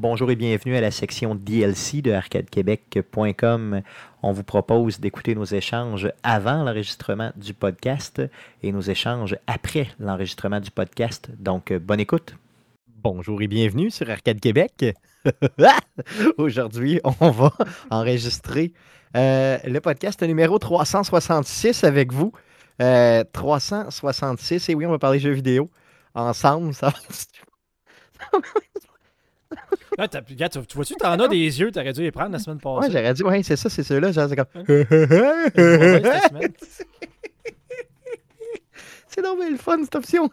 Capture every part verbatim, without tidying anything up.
Bonjour et bienvenue à la section D L C de arcade québec point com. On vous propose d'écouter nos échanges avant l'enregistrement du podcast et nos échanges après l'enregistrement du podcast. Donc, bonne écoute. Bonjour et bienvenue sur Arcade Québec. Aujourd'hui, on va enregistrer euh, le podcast numéro trois cent soixante-six avec vous. Euh, trois cent soixante-six, et oui, on va parler jeux vidéo ensemble. Ça... Là, t'as, regarde, tu, tu vois-tu, t'en as des yeux, t'aurais dû les prendre la semaine passée. Ouais, j'aurais dit, ouais, c'est ça, c'est ceux-là. Genre, c'est comme. C'est donc bien le fun, cette option.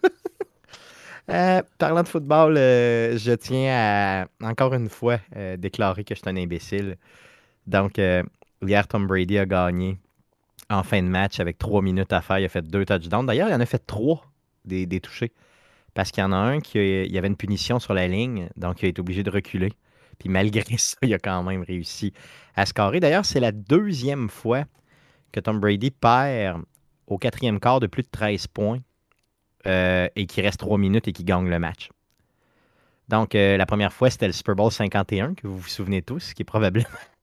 euh, parlant de football, euh, je tiens à, encore une fois, euh, déclarer que je suis un imbécile. Donc, euh, hier, Tom Brady a gagné en fin de match avec trois minutes à faire. Il a fait deux touchdowns. D'ailleurs, il en a fait trois des, des touchés. Parce qu'il y en a un qui a, il y avait une punition sur la ligne, donc il a été obligé de reculer. Puis malgré ça, il a quand même réussi à scorer. D'ailleurs, c'est la deuxième fois que Tom Brady perd au quatrième quart de plus de treize points euh, et qu'il reste trois minutes et qu'il gagne le match. Donc, euh, la première fois, c'était le Super Bowl cinquante et un, que vous vous souvenez tous, qui est probablement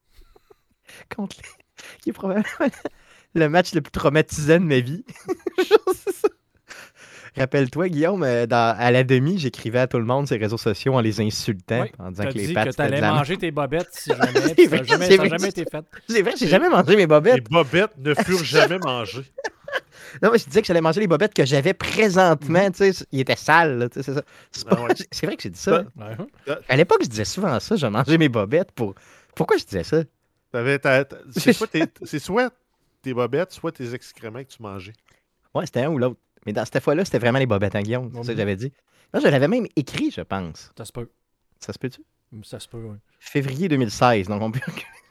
contre les... qui est probablement le match le plus traumatisant de ma vie. C'est ça. Rappelle-toi, Guillaume, dans, à la demi, j'écrivais à tout le monde sur les réseaux sociaux en les insultant, oui, en disant t'as que les dit pattes que t'allais la manger tes bobettes si jamais. C'est ça n'a vrai, jamais, c'est ça a vrai. jamais été fait. C'est vrai, j'ai jamais mangé mes bobettes. Les bobettes ne furent jamais mangées. Non, mais je disais que j'allais manger les bobettes que j'avais présentement. Tu sais, ils étaient sales, là, tu sais, c'est ça. C'est, pas... ah ouais. C'est vrai que j'ai dit ça. Ouais. À l'époque, je disais souvent ça, je mangeais mes bobettes pour... Pourquoi je disais ça? T'avais, t'as, t'as, c'est, soit tes, c'est soit tes bobettes, soit tes excréments que tu mangeais. Ouais, c'était un ou l'autre. Mais dans cette fois-là, c'était vraiment les bobettes, hein, Guillaume? C'est ça que j'avais dit. Non, je l'avais même écrit, je pense. Ça se peut. Ça se peut-tu? Ça se peut, oui. Février deux mille seize, donc on peut...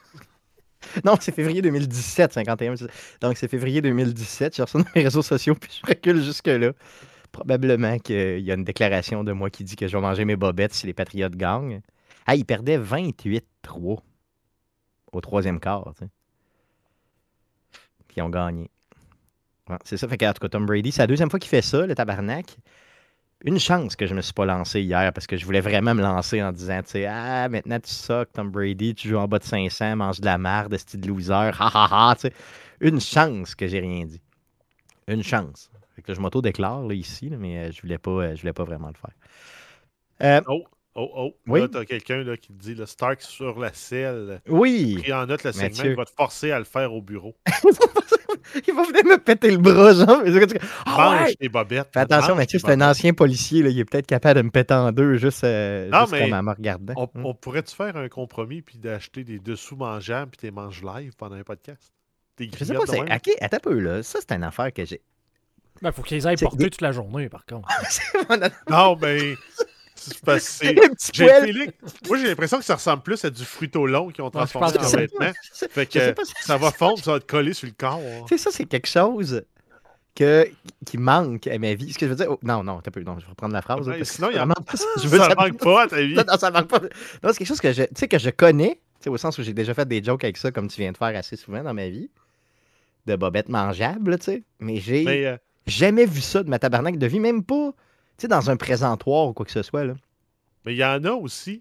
Non, c'est février deux mille dix-sept, cinquante et un. Donc, c'est février deux mille dix-sept. Je reçois dans mes réseaux sociaux, puis je recule jusque-là. Probablement qu'il y a une déclaration de moi qui dit que je vais manger mes bobettes si les Patriotes gagnent. Ah, ils perdaient vingt-huit trois au troisième quart, tu sais. Puis ils ont gagné. Ouais, c'est ça, fait que, en tout cas, Tom Brady, c'est la deuxième fois qu'il fait ça, le tabarnak. Une chance que je me suis pas lancé hier, parce que je voulais vraiment me lancer en disant, tu sais, ah, maintenant tu sucks, Tom Brady, tu joues en bas de cinq cents, mange de la merde, style loser, ha ha ha, tu sais. Une chance que j'ai rien dit. Une chance. Fait que là, je m'auto-déclare, là, ici, là, mais euh, je voulais pas, euh, je voulais pas vraiment le faire. Euh, oh, oh, oh. Oui? Là, t'as quelqu'un là, qui te dit, le Stark sur la selle. Oui! Pris en note le segment, Mathieu. il va te forcer à le faire au bureau. Il va venir me péter le bras, genre. Oh, Mange ouais! tes bobettes. Fais attention, mange Mathieu, tes c'est un bobettes. ancien policier, là, il est peut-être capable de me péter en deux juste, euh, Non, juste mais comme en me regardant. On, Hum. on pourrait-tu faire un compromis puis d'acheter des dessous mangeables puis t'es manges live pendant un podcast? T'es Je sais pas, c'est... OK, attends un peu, là. Ça, c'est une affaire que j'ai... Ben, faut qu'ils aillent C'est porter des- toute la journée, par contre. C'est mon- Non, ben... c'est parce que c'est... Un petit J'ai le poil. feeling- Moi, j'ai l'impression que ça ressemble plus à du fruito long qu'ils ont Ouais, je transformé pense en que c'est- vêtement. Fait Je sais que pas si- ça va fondre, ça va te coller sur le corps. Tu sais, ça, c'est quelque chose que, qui manque à ma vie. Ce que je veux dire... oh, non, non, attends un peu. Non, je vais reprendre la phrase. là, Ouais, parce que sinon, il y a- vraiment pas- je veux Ça dire- manque pas à ta vie. Non, non, ça manque pas. Non, c'est quelque chose que je, tu sais, que je connais, tu sais, au sens où j'ai déjà fait des jokes avec ça, comme tu viens de faire assez souvent dans ma vie, de bobettes mangeables, là, tu sais. Mais j'ai Mais euh, jamais vu ça de ma tabarnak de vie, même pas, tu sais, dans un présentoir ou quoi que ce soit, là. mais il y en a aussi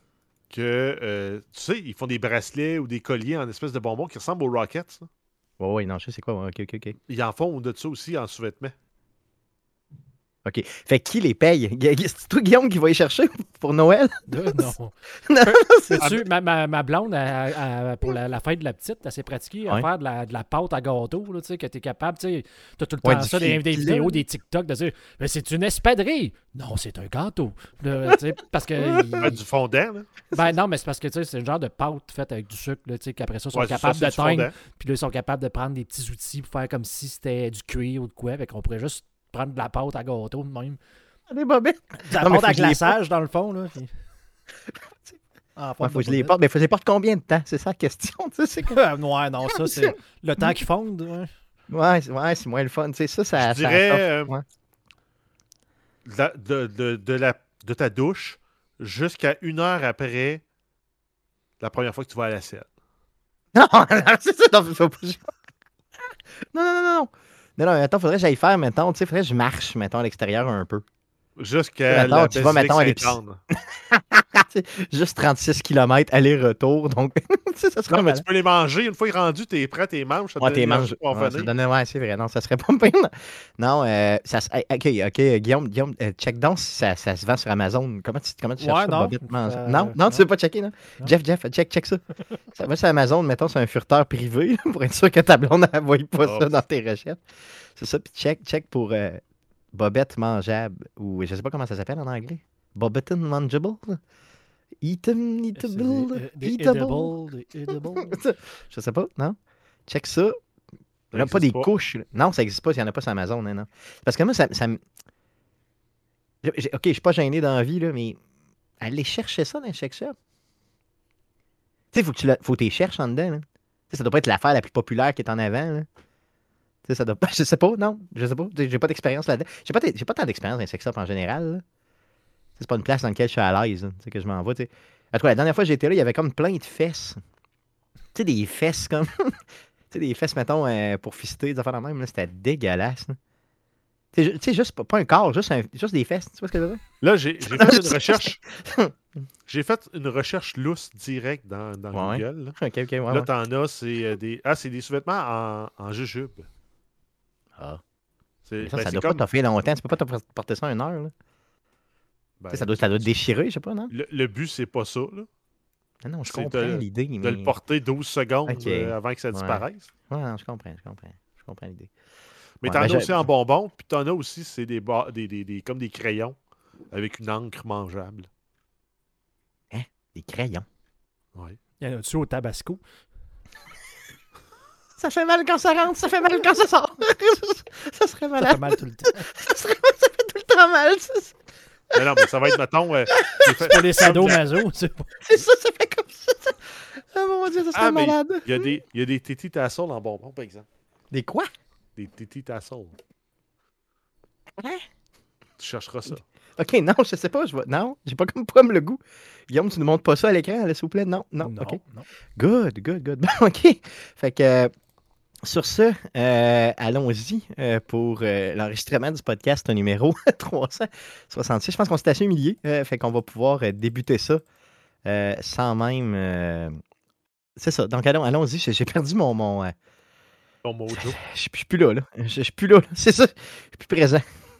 que, euh, tu sais, ils font des bracelets ou des colliers en espèce de bonbons qui ressemblent aux Rockets. Là. Ouais, ouais, non, je sais c'est quoi. Ouais, OK, OK, OK. Ils en font de ça aussi en sous-vêtements. OK. Fait que qui les paye? Gu- gu- C'est toi, Guillaume, qui va y chercher pour Noël? Euh, non. Non, Sais-tu, ma, ma, ma blonde, elle- elle- pour la, la fête de la petite, elle s'est pratiquée à Ouais. faire de la, de la pâte à gâteau, là, tu sais, que t'es capable, tu sais, t'as tout le Ouais, temps du ça, des, des fil, vidéos, là. des TikTok, de dire, mais c'est une espadrille. Non, c'est un gâteau. Là, tu sais, parce que... Ah, il- du fondant, là. Ben non, mais c'est parce que, tu sais, c'est le genre de pâte faite avec du sucre, là, tu sais, qu'après ça, ils sont Ouais, c'est capables ça, de c'est du teindre, fondant. puis là, ils sont capables de prendre des petits outils pour faire comme si c'était du cuir ou de quoi, fait qu'on pourrait juste prendre de la pâte à gâteau de même. des bobettes. De la Non, mais pâte faut à que je les glaçage, dans le fond, là. Puis... Ah, Ouais, forme faut de que je les bobette. porte. Mais faut que je les porte combien de temps? C'est ça la question. Tu sais, c'est comme- Euh, ouais, non, ça, c'est le temps qu'ils fondent. Ouais. Ouais, c'est- ouais, c'est moins le fun. Tu sais, ça, ça. Je ça- dirais, ça- euh, ouais. De, la- de, de, de, la, de ta douche jusqu'à une heure après la première fois que tu vas à la selle. Non, c'est ça. Non, faut pas- non, non, non, non. Non, non, attends, faudrait que j'aille faire, mettons, tu sais, faudrait que je marche, mettons, à l'extérieur un peu. Jusqu'à Attends, la tu vas, mettons, à basilique l'épicerie. Sainte-Anne. Juste trente-six kilomètres aller-retour. Donc, ça serait Non, mais malade. tu peux les manger. Une fois rendu, t'es prêt, t'es manches. Ça te Ouais, donne t'es l'énergie manges. pour en Ouais, ça venir. donnait, ouais, c'est vrai. Non, ça serait pas pire. Non, euh, ça, se- hey, OK, OK, euh, Guillaume, Guillaume euh, check donc si ça, ça se vend sur Amazon. Comment tu, comment tu cherches Ouais, ça, non, Bobette mange? euh, non, non, non. tu veux pas checker, non? Non. Jeff, Jeff, check, check ça. Ça va sur Amazon, mettons, sur un furteur privé, là, pour être sûr que ta blonde ne voie pas Oh. ça dans tes recherches. C'est ça, puis check, check pour euh, Bobette mangeable, ou je sais pas comment ça s'appelle en anglais. Bobette mangeable? Eaten, C'est eatable, des, euh, des eatable. edible, des edible. Je sais pas, non? Check ça. Ça Là, pas des existe pas. couches. là. Non, ça n'existe pas. Il n'y en a pas sur Amazon. Non, non. Parce que moi, ça, ça me. j'ai- j'ai- OK, je suis pas gêné dans la vie, là, mais aller chercher ça dans un check shop. Tu sais, faut que tu la- faut que tu les cherches en dedans. Là. Tu sais, ça doit pas être l'affaire la plus populaire qui est en avant. Là. Tu sais, ça doit pas. Je sais pas, non. Je sais pas. Tu sais, J'ai pas d'expérience là-dedans. J'ai pas, t- j'ai pas tant d'expérience dans un sex shop en général. Là. Tu sais, C'est pas une place dans laquelle je suis à l'aise. là, Tu sais, que je m'en vais. tu sais. En tout cas, la dernière fois que j'étais là, il y avait comme plein de fesses. Tu sais, des fesses comme. Tu sais, des fesses, mettons, euh, pour fister, des affaires de même, là, c'était dégueulasse. là. Tu sais, ju- tu sais, juste pas pas un corps, juste, un- juste des fesses. Tu vois ce que je veux dire? Là, j'ai j'ai fait une recherche. J'ai fait une recherche lousse directe dans, dans Ouais, ouais. Google. Là, Ok, ok, ouais. Là, ouais. t'en as, c'est euh, des. Ah, c'est des sous-vêtements en, en jujube. Ah. C'est Mais ça, ben, ça c'est doit comme. pas t'offrir longtemps. Tu peux pas te porter ça une heure. Là. ben, Tu sais, ça, doit, ça doit te déchirer, je sais pas, non? le, le but, c'est pas ça. Là. Non, non, je C'est comprends de- l'idée. De Mais... le porter douze secondes Ok. euh, avant que ça Ouais. disparaisse. Ouais, non, je comprends, je comprends. Je comprends l'idée. Mais Ouais, t'en ben, as je- aussi en bonbons, puis t'en as aussi, c'est des, ba- des, des, des- comme des crayons avec une encre mangeable. Des crayons. Ouais. Il y en a-tu au Tabasco? Ça fait mal quand ça rentre, ça fait mal quand ça sort. ça serait Ça malade. fait mal tout le temps. Ça serait ça fait tout le temps mal. ça. Mais non, mais ça va être, mettons. euh, j'ai fait- Pour les sadomaso, c'est pas... C'est ça, ça fait comme ça. Ah mon dieu, ça serait Ah, mais malade. il y a des, il y a des tétis tassels en bonbons, par exemple. Des quoi? Des tétis tassels. Hein? Tu chercheras ça. Ok, non, je sais pas. Je vais... Non, j'ai pas comme pomme le goût. Guillaume, tu ne montres pas ça à l'écran, là, s'il vous plaît? Non, non, non, ok. non. Good, good, good. Bon, ok. Fait que euh, sur ce, euh, allons-y euh, pour euh, l'enregistrement du podcast numéro trois cent soixante-six. Je pense qu'on s'est assez humilié. Euh, fait qu'on va pouvoir euh, débuter ça euh, sans même. euh, C'est ça. Donc allons, allons-y. J'ai j'ai perdu mon. mon euh, Ton mojo. Je je suis plus là, là. Je je suis plus là, là. C'est ça. Je suis plus présent.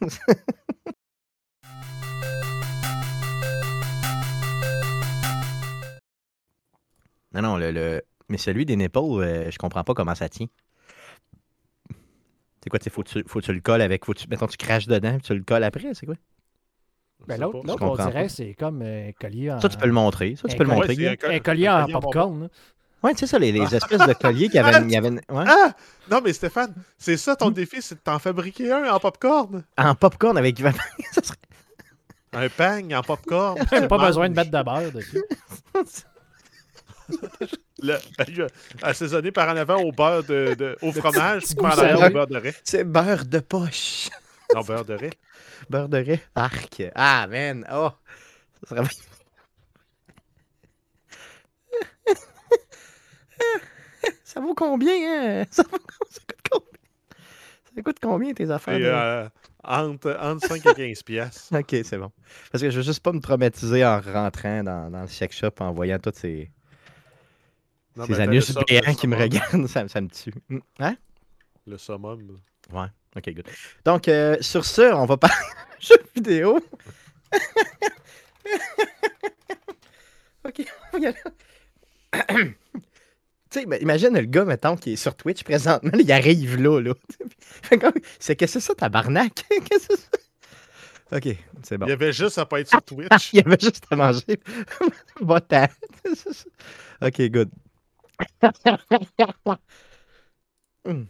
Non, non, le, le... mais celui des nipples, euh, je comprends pas comment ça tient. C'est quoi, tu sais, faut que tu, faut que tu le colles avec, faut que tu, mettons, tu craches dedans, puis tu le colles après, c'est quoi? Je Ben, sais l'autre, pas. l'autre, on comprends dirait pas. c'est comme euh, un collier en... Ça, tu peux le montrer. Ça, tu un peux le collier- montrer. Ouais, c'est un, Guillaume. co- un collier un en collier en popcorn. là. Ouais, tu sais ça, les, les espèces de colliers qui avaient... il y avait une- ouais. Ah! Non, mais Stéphane, c'est ça Hmm? ton défi, c'est de t'en fabriquer un en popcorn. En popcorn avec... ça serait... Un pang en popcorn. Même pas Tu besoin de manges. mettre de beurre dessus. Le, je- assaisonné par en avant au beurre de, de- au fromage, petit par en goût arrière salé. au beurre de raie. C'est beurre de poche. Non, beurre de raie. Beurre de raie. Arc. Ah, man. Oh. Ça serait... Ça vaut combien, hein? Ça, vaut... ça coûte combien? Ça coûte combien, tes affaires? Et, de- euh, entre, entre cinq et quinze piastres. Ok, c'est bon. Parce que je veux juste pas me traumatiser en rentrant dans, dans le sex shop en voyant tous ces, Non, ces mais attends, anus le, so- béants le qui me summum, regardent. Ça, ça me tue. Hmm. Hein? Le summum. Ouais. Ok, good. Donc, euh, sur ce, on va parler de jeux vidéo. ok, on va y aller. Tu sais, ben, imagine le gars, mettons, qui est sur Twitch présentement, là, il arrive là, là. Fait comme, c'est que c'est ça, tabarnak? Qu'est-ce que c'est ça? Ok, c'est bon. Il y avait juste à pas être sur Twitch. Il y avait juste à manger. Va-t'en. C'est ça. Ok, good. Hmm.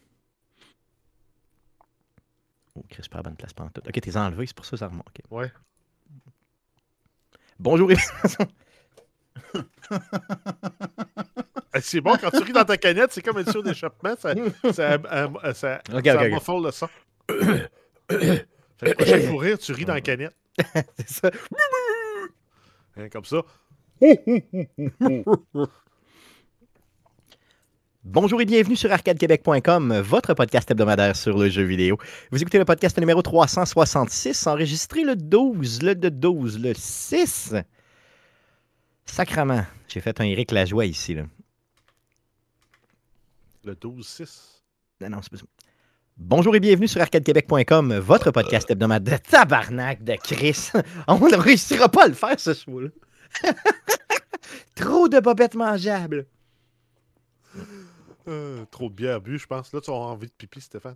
Oh, Chris, pas la bonne place pantoute. Ok, t'es enlevé, c'est pour ça que ça remonte. Ok. Ouais. Bonjour, Eh, C'est bon, quand tu ris dans ta canette, c'est comme une sur d'échappement. Ça, ça, euh, ça, Ok, ça ok, ok. muffle le son. Fait que le prochain fou rire, tu ris dans la canette. c'est ça. Hein, comme ça. Bonjour et bienvenue sur arcade québec point com, votre podcast hebdomadaire sur le jeu vidéo. Vous écoutez le podcast numéro trois cent soixante-six, enregistré le douze, le de douze, le six Sacrement. J'ai fait un Éric Lajoie ici, là. Le douze six. Non, non, c'est pas ça. Bonjour et bienvenue sur arcade québec point com, votre podcast hebdomadaire de tabarnak de Chris. On ne réussira pas à le faire, ce show-là. Trop de bobettes mangeables. Euh, trop de bière bu, je pense. Là, tu as envie de pipi, Stéphane.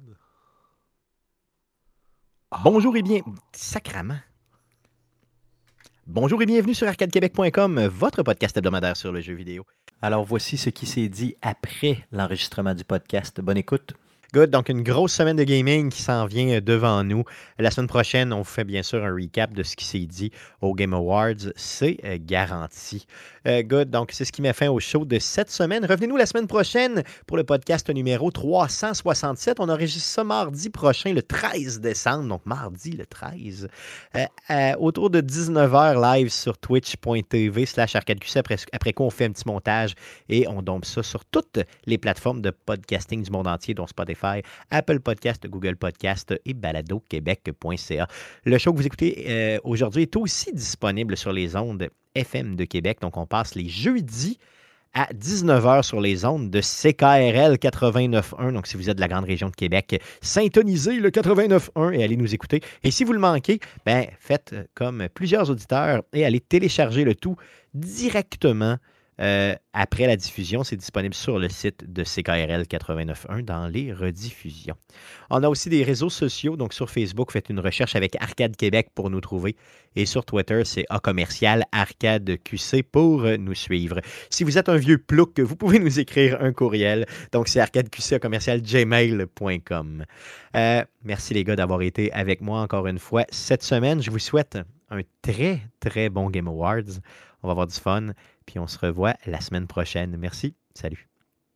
Bonjour et bien... Sacrement. Bonjour et bienvenue sur arcade québec point com, votre podcast hebdomadaire sur le jeu vidéo. Alors voici ce qui s'est dit après l'enregistrement du podcast. Bonne écoute. Good, donc une grosse semaine de gaming qui s'en vient devant nous. La semaine prochaine, on vous fait bien sûr un recap de ce qui s'est dit au Game Awards. C'est euh, garanti. Euh, good, donc c'est ce qui met fin au show de cette semaine. Revenez-nous la semaine prochaine pour le podcast numéro trois cent soixante-sept. On enregistre ça mardi prochain, le treize décembre. Donc mardi le treize. Euh, euh, autour de dix-neuf heures live sur twitch point t v slash arcade q c. Après, après quoi, on fait un petit montage et on dompe ça sur toutes les plateformes de podcasting du monde entier, dont Spotify, Apple Podcast, Google Podcast et balado québec point c a. Le show que vous écoutez euh, aujourd'hui est aussi disponible sur les ondes F M de Québec. Donc, on passe les jeudis à dix-neuf heures sur les ondes de C K R L quatre-vingt-neuf point un. Donc, si vous êtes de la grande région de Québec, syntonisez le quatre-vingt-neuf point un et allez nous écouter. Et si vous le manquez, ben, faites comme plusieurs auditeurs et allez télécharger le tout directement Euh, après la diffusion. C'est disponible sur le site de C K R L quatre-vingt-neuf point un dans les rediffusions. On a aussi des réseaux sociaux. Donc, sur Facebook, faites une recherche avec Arcade Québec pour nous trouver. Et sur Twitter, c'est A commercial Arcade Q C pour nous suivre. Si vous êtes un vieux plouc, vous pouvez nous écrire un courriel. Donc, c'est arcadeqc commercial gmail point com. Euh, merci les gars d'avoir été avec moi encore une fois cette semaine. Je vous souhaite un très, très bon Game Awards. On va avoir du fun. Puis on se revoit la semaine prochaine. Merci. Salut.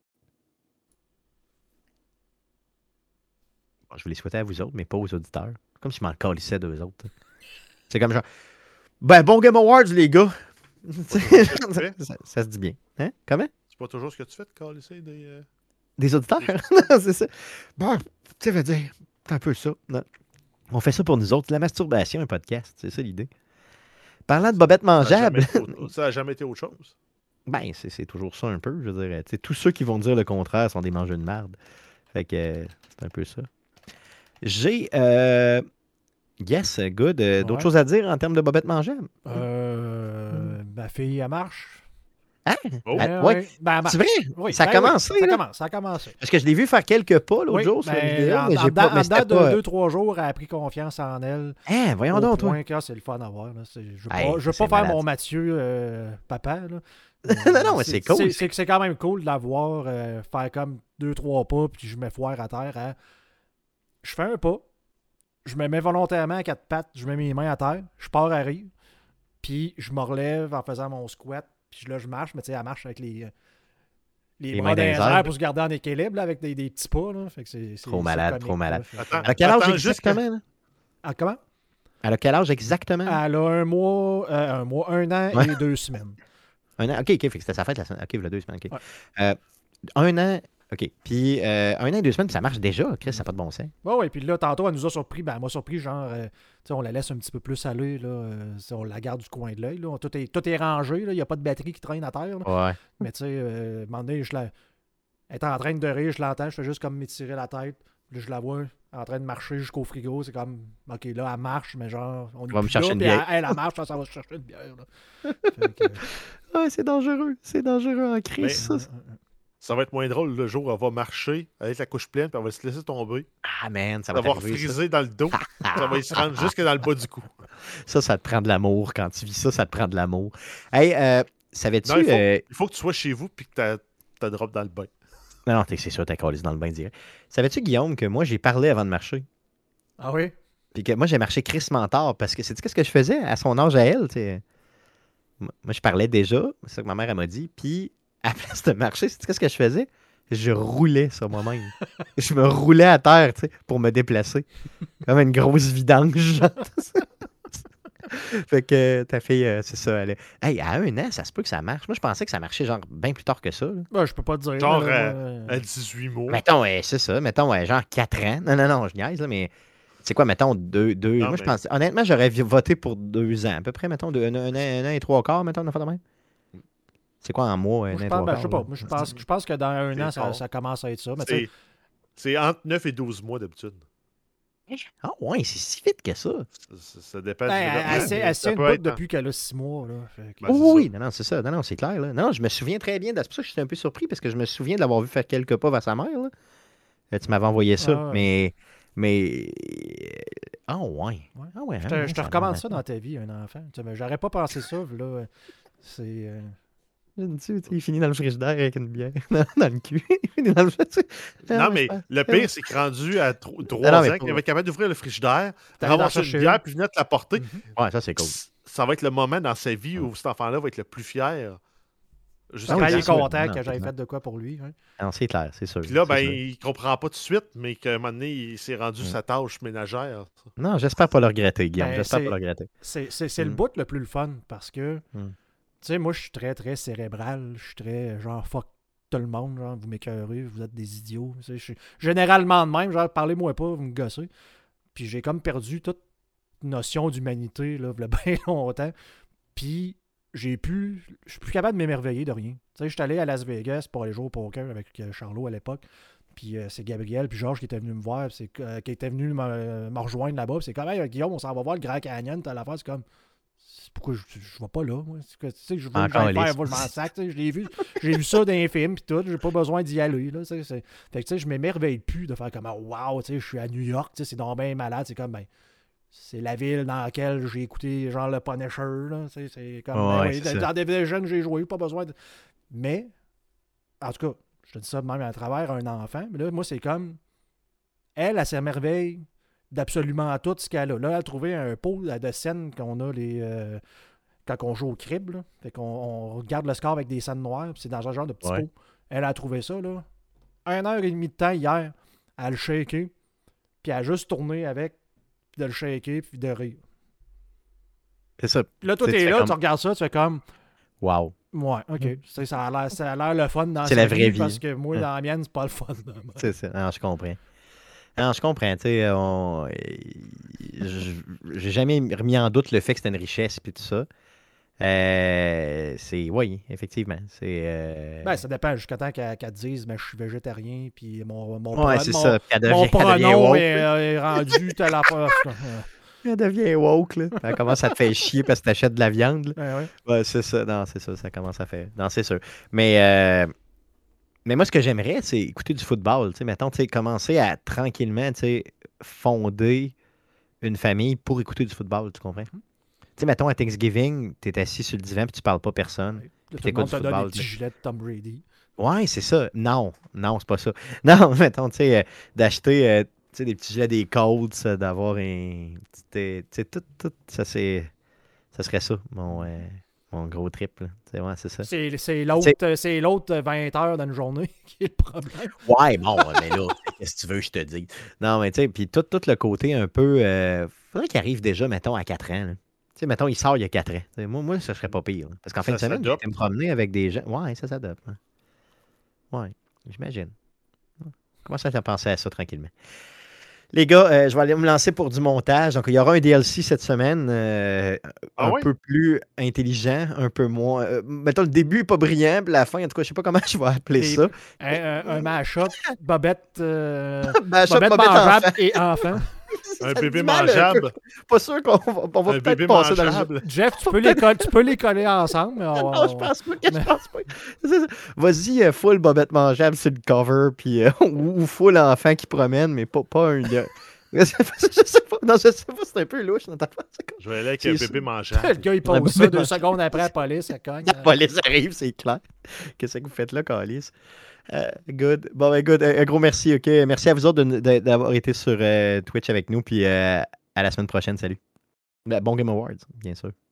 Bon, je voulais souhaiter à vous autres, mais pas aux auditeurs. Comme si je m'en calissais d'eux autres. C'est comme genre, ben bon Game Awards, les gars. ça, ça, ça se dit bien. Hein? Comment? C'est pas toujours ce que tu fais de calisser des... Euh... Des auditeurs? C'est ça. Bon, tu veux dire, c'est un peu ça. Non. On fait ça pour nous autres. La masturbation, un podcast. C'est ça l'idée. Parlant de bobettes mangeables. Ça n'a jamais été autre chose. Ben, c'est, c'est toujours ça un peu, je veux dire. Tous ceux qui vont dire le contraire sont des mangeux de merde. Fait que euh, c'est un peu ça. J'ai. Euh, yes, good. Euh, d'autres Ouais. choses à dire en termes de bobettes mangeables? Euh, ma fille, elle marche. Hein? Oh. Ah, Euh, ouais. ouais. Ben, elle marche. C'est vrai? Oui, Ça a ben commencé, oui, ça là? commence, ça a commencé. Parce que je l'ai vu faire quelques pas l'autre Oui, jour sur la ben, vidéo, en, mais en, j'ai pas. en Mais c'était dedans pas... de deux trois jours, elle a pris confiance en elle. Hein, voyons Au donc, toi. point que c'est le fun à voir. Là. C'est- Je veux Hey, pas, je veux c'est pas faire malade. mon Mathieu euh, papa. Là. Non, non, mais c'est cool. C'est, c'est, c'est quand même cool de la voir euh, faire comme deux trois pas, puis je me foire à terre. Hein. Je fais un pas, je me mets volontairement à quatre pattes, je mets mes mains à terre, je pars à rire, puis je me relève en faisant mon squat, puis là je marche, mais tu sais, elle marche avec les, les, Les bras mains dans dans les les airs airs. pour se garder en équilibre là, avec des, des petits pas. Là. Fait que c'est, c'est, Trop c'est malade, comique, trop malade. là. Fait que- Attends, À quel âge attends, juste exactement? là? Ah, comment? Elle a quel âge exactement? Elle a un mois, euh, un mois, un an Ouais. et deux semaines. Un an? OK, OK, fait que c'était sa fête la semaine. OK, il y a deux semaines. OK. Ouais. Euh, un an. OK. Puis euh, un an et deux semaines, puis ça marche déjà. Chris, ça n'a pas de bon sens. Ouais, ouais, puis là, tantôt, elle nous a surpris. Ben, elle m'a surpris, genre, euh, tu sais, on la laisse un petit peu plus aller, là. euh, on la garde du coin de l'œil, là. Tout est, tout est rangé, là. Il n'y a pas de batterie qui traîne à terre, là. Ouais. Mais tu sais, euh, à un moment donné, je la... elle est en train de rire, je l'entends, je fais juste comme m'étirer la tête. Puis là, je la vois en train de marcher jusqu'au frigo. C'est comme, OK, là, elle marche, mais genre, on est va me plus chercher là, une puis bière. Elle, elle, elle marche, ça va se chercher une bière, là. Fait que, Ouais, c'est dangereux. C'est dangereux en crise, Mais- ça. euh, euh, Ça va être moins drôle le jour où elle va marcher avec la couche pleine, puis elle va se laisser tomber. Ah, man, ça Ça va va t'arriver, ça. friser dans le dos. Ça va se rendre jusque dans le bas du cou. Ça, ça te prend de l'amour. Quand tu vis ça, ça te prend de l'amour. Hey, euh, savais-tu... Non, il faut, euh, il faut que tu sois chez vous puis que t'as ta drop dans le bain. Non, non, t'es- c'est sûr, t'as collé dans le bain direct. Savais-tu, Guillaume, que moi, j'ai parlé avant de marcher? Ah oui? Puis que moi, j'ai marché crissement tard parce que c'est qu'est-ce que je faisais à son âge à elle, tu sais. Moi, je parlais déjà, c'est ça que ma mère elle m'a dit. Puis, à la place de marcher, c'est qu'est-ce que je faisais? Je roulais sur moi-même. Je me roulais à terre, tu sais, pour me déplacer. Comme une grosse vidange, genre. Fait que ta fille, euh, c'est ça, elle est... Hey, à un an, ça se peut que ça marche. Moi, je pensais que ça marchait genre bien plus tard que ça. là. Ben, je peux pas te dire. Genre, là, euh, moi, À dix-huit mois. Mettons, ouais, c'est ça. Mettons, ouais, genre quatre ans. Non, non, non, je niaise, là, mais c'est quoi, mettons, deux... deux... Non, Moi, je mais- pense... Honnêtement, j'aurais vi- voté pour deux ans. À peu près, mettons, deux, un, un, an, un an et trois quarts, mettons, une affaire de même. C'est quoi en mois? Moi, je un pense, trois ben, je sais quarts, pas. là? Moi, je pense, je pense que dans un C'est an, ça, fort. ça commence à être ça. Mais tu sais, C'est c'est entre neuf et douze mois d'habitude. Ah ouais, c'est si vite que ça. Ça, ça- ça dépend ben, du elle, développement. elle, s'est- mais elle ça tient une peut bout être en- depuis qu'elle a six mois. Là. Fait que- Ben, c'est oui, oui, ça. non, non, c'est ça. Non, non, c'est clair. Là. Non, je me souviens très bien. de- C'est pour ça que j'étais un peu surpris parce que je me souviens de l'avoir vu faire quelques pas vers sa mère. Là. Euh, tu m'avais envoyé ça. Ah ouais. Mais. Mais. Ah ouais. Ouais. Ah ouais. Je hein, te, non, je te ça recommande remonte ça à- dans ta vie, un enfant. Tu sais, mais j'aurais pas pensé ça. Là, c'est. euh, Je me dis, tu sais, il finit dans le frigidaire avec une bière dans, dans le cul. Il finit dans le. tu sais. Ah Non, ouais, mais je pense- le pire, c'est que rendu à tro- non, trois mais ans, pour- qu'il va être capable d'ouvrir le frigidaire, T'allais d'en ramasser une chercher bière, une. puis venir te la porter. Mhm. Ouais, ça, c'est cool. C- Ça va être le moment dans sa vie où cet enfant-là va être le plus fier. Jusqu'à Ah Quand oui, il est c'est sûr. content Non, que j'avais non. fait de quoi pour lui. hein. Non, c'est clair, c'est sûr. Puis là, c'est ben, sûr. il comprend pas tout de suite, mais qu'à un moment donné, il s'est rendu Mm. sa tâche ménagère. Non, j'espère pas le regretter, Guillaume. Ben, J'espère c'est- pas le regretter. C'est c'est- c'est le Mm. bout le plus le fun parce que, Mm. tu sais, moi, je suis très, très cérébral. Je suis très, genre, fuck tout le monde. Genre, vous m'écœurez, vous êtes des idiots. Tu sais, je suis généralement de même. Genre, parlez-moi pas, vous me gossez. Puis j'ai comme perdu toute notion d'humanité, là, il y a bien longtemps. Puis j'ai pu, je suis plus capable de m'émerveiller de rien. Tu sais, je suis allé à Las Vegas pour aller jouer au poker avec euh, Charlot à l'époque. Puis euh, c'est Gabriel, puis Georges qui était venu me voir, puis c'est, euh, qui était venu me, me rejoindre là-bas. Puis c'est comme, hey, Guillaume, on s'en va voir le Grand Canyon, t'as l'affaire. C'est comme, c'est pourquoi je, je vais pas là, moi. C'est que, tu sais, je veux que Encore j'aille faire, lisse. moi, je m'en sac. tu sais, Je l'ai vu, j'ai vu ça dans les films, puis tout, j'ai pas besoin d'y aller. Là, tu sais, c'est- fait que, tu sais, je m'émerveille plus de faire comme, oh, wow, tu sais, je suis à New York, tu sais, c'est donc bien malade. C'est comme, ben, c'est la ville dans laquelle j'ai écouté genre le Punisher. Là, tu sais, c'est comme, ben Ouais, oui, c'est dans ça. des jeunes, j'ai joué, pas besoin de. Mais, en tout cas, je te dis ça même à travers un enfant. Mais là, moi, c'est comme. Elle, elle s'émerveille d'absolument tout ce qu'elle a. Là, elle a trouvé un pot de scènes qu'on a les. euh, quand on joue au crib. Là. Fait qu'on on regarde le score avec des scènes noires. Puis c'est dans un genre de petit Ouais. pot. Elle a trouvé ça, là. Une heure et demie de temps hier à le shaker. Puis à juste tourner avec. Puis de le shaker. Puis de rire. C'est ça. Puis là, toi, Tu sais, t'es tu fais là, comme- tu regardes ça, tu fais comme. Wow. Ouais, ok. Tu sais, ça a l'air, ça a l'air le fun dans C'est sa la vraie vie. Parce que moi, Ouais. dans la mienne, c'est pas le fun. C'est ça. Non, je comprends. Non, je comprends. Tu sais, on... je- j'ai jamais remis en doute le fait que c'était une richesse et tout ça. Euh, c'est... Oui, effectivement. C'est... euh, Ben, ça dépend jusqu'à temps qu'elle qu'elle te dise, mais je suis végétarien, puis mon, mon, Ouais, pro- c'est mon- ça. Puis elle mon devient, elle devient pronom woke. est, est rendu telle affaire. Elle devient woke, là. Elle commence à te faire chier parce que t'achètes de la viande, là. Ouais, ouais. Ouais, c'est ça. Non, c'est ça. Ça commence à faire. Non, c'est sûr. Mais, euh, mais moi, ce que j'aimerais, c'est écouter du football. Tu sais, mettons, tu sais, commencer à tranquillement, tu sais, fonder une famille pour écouter du football. Tu comprends? Tu sais, mettons, à Thanksgiving, t'es assis sur le divan puis tu parles pas personne. Là, tout le t'écoutes monde du te donne football, des petits tu sais. gilets de Tom Brady. Ouais, c'est ça. Non, non, c'est pas ça. Non, mettons, tu sais, euh, d'acheter euh, tu sais, des petits gilets des Colts, euh, d'avoir un. petit, euh, Tu sais, tout, tout, ça, c'est. Ça serait ça, mon, euh, mon gros trip. Là. Tu sais, ouais, c'est ça. C'est, c'est, l'autre, euh, c'est l'autre vingt heures dans une journée qui est le problème. Ouais, bon, mais là, qu'est-ce que tu veux que je te dise? Non, mais tu sais, puis tout, tout le côté un peu. Euh, faudrait qu'il arrive déjà, mettons, à quatre ans. là. Tu sais, mettons, il sort il y a quatre ans. Tu sais, moi, moi, ça serait pas pire. là. Parce qu'en fin de Ça semaine, j'ai s'adopte. été me promener avec des gens. Ouais, ça s'adopte. hein. Ouais, j'imagine. Comment ça, t'as pensé à ça tranquillement? Les gars, euh, je vais aller me lancer pour du montage. Donc, il y aura un D L C cette semaine, euh, Ah un ouais? peu plus intelligent, un peu moins. euh, mettons, le début n'est pas brillant, puis la fin, en tout cas, je sais pas comment je vais appeler Des- ça. Un, un, un mash-up, Bobette, euh, Ben, ça, Bobette Bobette mangeable enfant. et enfant. Un Ça bébé dit mal un mangeable. peu. Pas sûr qu'on va, on va Un peut-être bébé passer dans le jeu. mangeable. Jeff, tu peux, les coller, tu peux les coller ensemble. Mais on, Non, je pense pas que je pense pas. C'est ça. Vas-y, euh, full Bobette mangeable sur le cover, puis euh, ou, ou full enfant qui promène, mais pas, pas un gars. Je sais pas. Non, je sais pas, c'est un peu louche dans ta face. Je vais aller avec C'est un ça. bébé le mangeable. gars, il Un pose ça bébé deux mangeable. secondes après la police, elle cogne. La police arrive, c'est clair. Qu'est-ce que vous faites là, Calice? Euh, good. Bon, ben, good. Un gros merci, OK? Merci à vous autres de- de- d'avoir été sur euh, Twitch avec nous, puis euh, à la semaine prochaine. Salut. Ben, bon Game Awards, bien sûr.